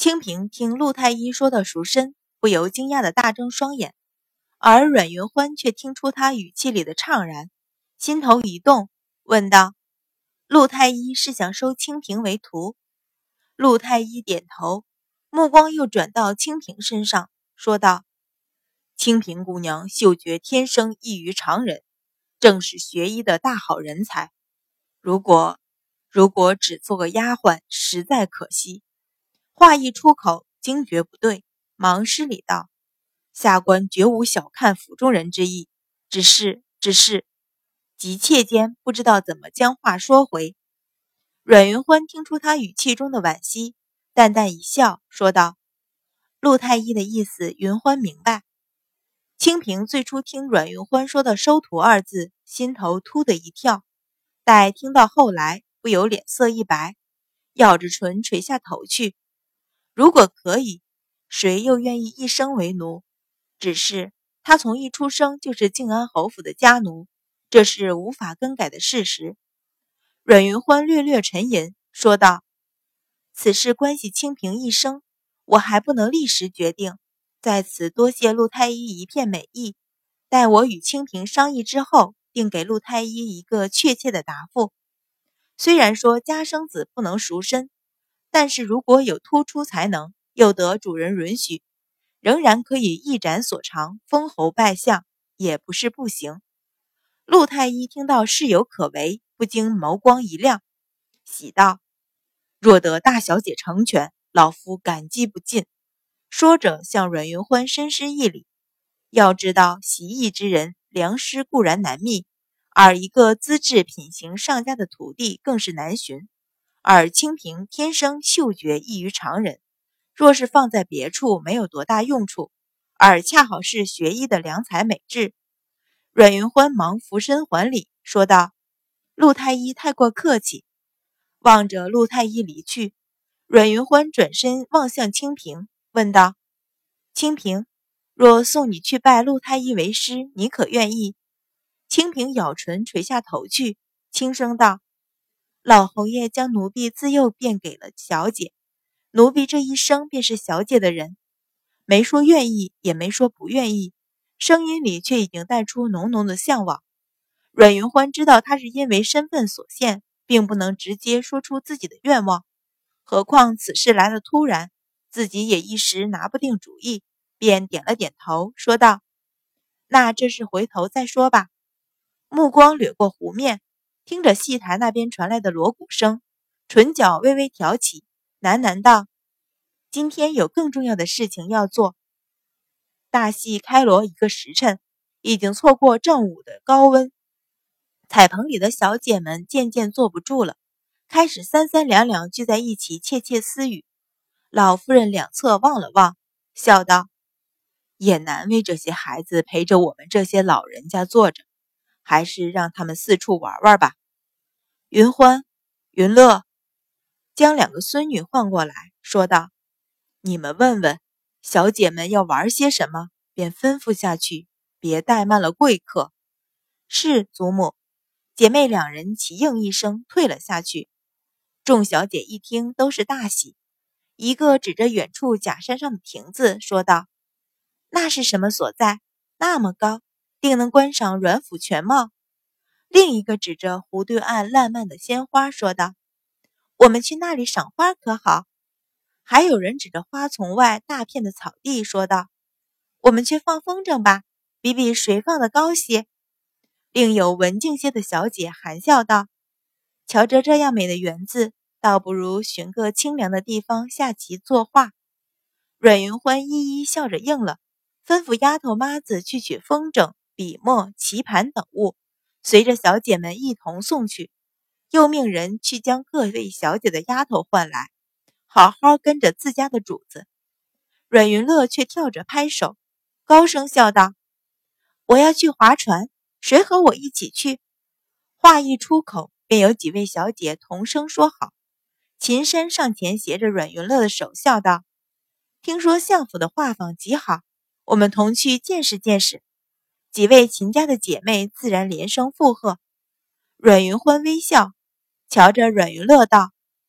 清平听陆太医说的赎身，不由惊讶的大睁双眼，而阮云欢却听出他语气里的怅然，心头一动，问道：陆太医是想收清平为徒？陆太医点头，目光又转到清平身上，说道：清平姑娘嗅觉天生异于常人，正是学医的大好人才，如果只做个丫鬟，实在可惜。话一出口，惊觉不对，忙施礼道：下官绝无小看府中人之意，只是急切间不知道怎么将话说回。阮云欢听出他语气中的惋惜，淡淡一笑，说道：陆太医的意思云欢明白。清平最初听阮云欢说的收徒二字，心头突的一跳，待听到后来，不由脸色一白，咬着唇垂下头去。如果可以，谁又愿意一生为奴？只是他从一出生就是靖安侯府的家奴，这是无法更改的事实。阮云欢略略沉吟，说道：此事关系清平一生，我还不能立时决定，在此多谢陆太医一片美意，待我与清平商议之后，定给陆太医一个确切的答复。虽然说家生子不能赎身，但是如果有突出才能，又得主人允许，仍然可以一展所长，封侯拜相，也不是不行。陆太医听到事有可为，不禁眸光一亮，喜道：若得大小姐成全，老夫感激不尽。说着向阮云欢深施一礼。要知道习艺之人，良师固然难觅，而一个资质品行上佳的徒弟更是难寻。而清平天生嗅觉异于常人，若是放在别处没有多大用处，而恰好是学医的良才美质。阮云欢忙俯身还礼，说道：陆太医太过客气。望着陆太医离去，阮云欢转身望向清平，问道：清平，若送你去拜陆太医为师，你可愿意？清平咬唇垂下头去，轻声道：老侯爷将奴婢自幼便给了小姐，奴婢这一生便是小姐的人。没说愿意，也没说不愿意，声音里却已经带出浓浓的向往。阮云欢知道他是因为身份所限，并不能直接说出自己的愿望，何况此事来得突然，自己也一时拿不定主意，便点了点头，说道：那这事回头再说吧。目光掠过湖面，听着戏台那边传来的锣鼓声，唇角微微挑起，喃喃道：今天有更重要的事情要做。大戏开锣一个时辰，已经错过正午的高温，彩棚里的小姐们渐渐坐不住了，开始三三两两聚在一起窃窃私语。老夫人两侧望了望，笑道：也难为这些孩子陪着我们这些老人家坐着，还是让他们四处玩玩吧。云欢、云乐将两个孙女唤过来，说道：你们问问小姐们要玩些什么，便吩咐下去，别怠慢了贵客。是祖母。姐妹两人齐应一声，退了下去。众小姐一听都是大喜，一个指着远处假山上的亭子说道：那是什么所在？那么高，定能观赏阮府全貌。另一个指着湖对岸烂漫的鲜花说道：我们去那里赏花可好？还有人指着花丛外大片的草地说道：我们去放风筝吧，比比谁放得高些。另有文静些的小姐含笑道：瞧着这样美的园子，倒不如寻个清凉的地方下棋作画。阮云欢一一笑着应了，吩咐丫头妈子去取风筝、笔墨、棋盘等物，随着小姐们一同送去，又命人去将各位小姐的丫头唤来，好好跟着自家的主子。阮云乐却跳着拍手，高声笑道：我要去划船，谁和我一起去？话一出口，便有几位小姐同声说好。秦山上前携着阮云乐的手，笑道：听说相府的画舫极好，我们同去见识见识。几位秦家的姐妹自然连声附和。阮云欢微笑，瞧着阮云乐道：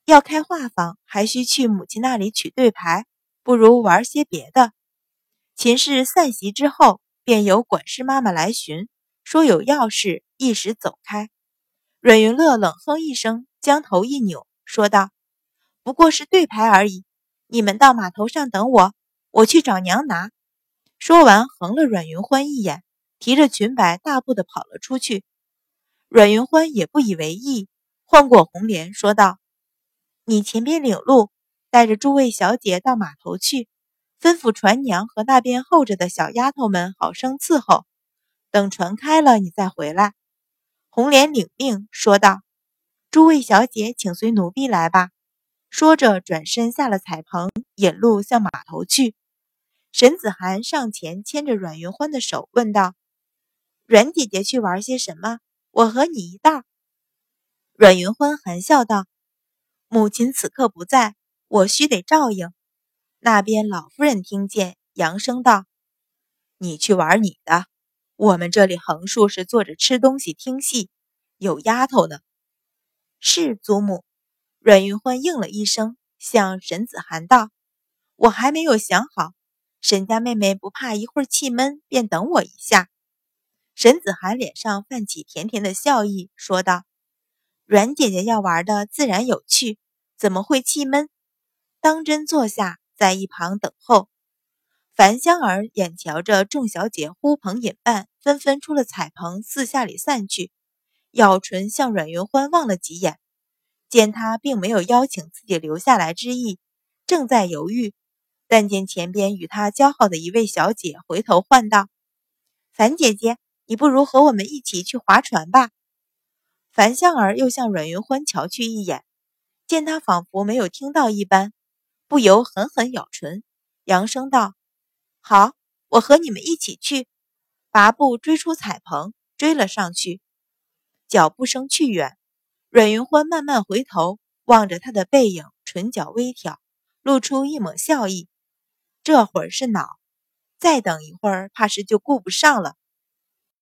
要开画坊，还需去母亲那里取对牌，不如玩些别的。秦氏散席之后，便由管事妈妈来询，说有要事，一时走开。阮云乐冷哼一声，将头一扭，说道：“不过是对牌而已，你们到码头上等我，我去找娘拿。”说完，横了阮云欢一眼，提着裙摆大步地跑了出去。阮云欢也不以为意，换过红莲，说道：“你前边领路，带着诸位小姐到码头去，吩咐船娘和那边候着的小丫头们好生伺候，等船开了，你再回来。”红莲领命，说道：“诸位小姐，请随奴婢来吧。”说着转身下了彩棚，引路向码头去。沈子涵上前牵着阮云欢的手，问道：“阮姐姐去玩些什么？我和你一道。”阮云欢含笑道：“母亲此刻不在，我须得照应。”那边老夫人听见，扬声道：“你去玩你的，我们这里横竖是坐着吃东西听戏，有丫头呢。”“是祖母。”阮云欢应了一声，向沈子涵道：“我还没有想好，沈家妹妹不怕一会儿气闷，便等我一下。”沈子涵脸上泛起甜甜的笑意，说道：“阮姐姐要玩的自然有趣，怎么会气闷？当真坐下，在一旁等候。”樊香儿眼瞧着众小姐呼朋引伴，纷纷出了彩棚，四下里散去，咬唇向阮云欢望了几眼，见他并没有邀请自己留下来之意，正在犹豫，但见前边与他交好的一位小姐回头唤道：“樊姐姐，你不如和我们一起去划船吧。”樊香儿又向阮云欢瞧去一眼，见他仿佛没有听到一般，不由狠狠咬唇，扬声道：“好，我和你们一起去。”拔步追出彩棚，追了上去。脚步声去远，阮云欢慢慢回头，望着他的背影，唇角微挑，露出一抹笑意。这会儿是恼，再等一会儿，怕是就顾不上了。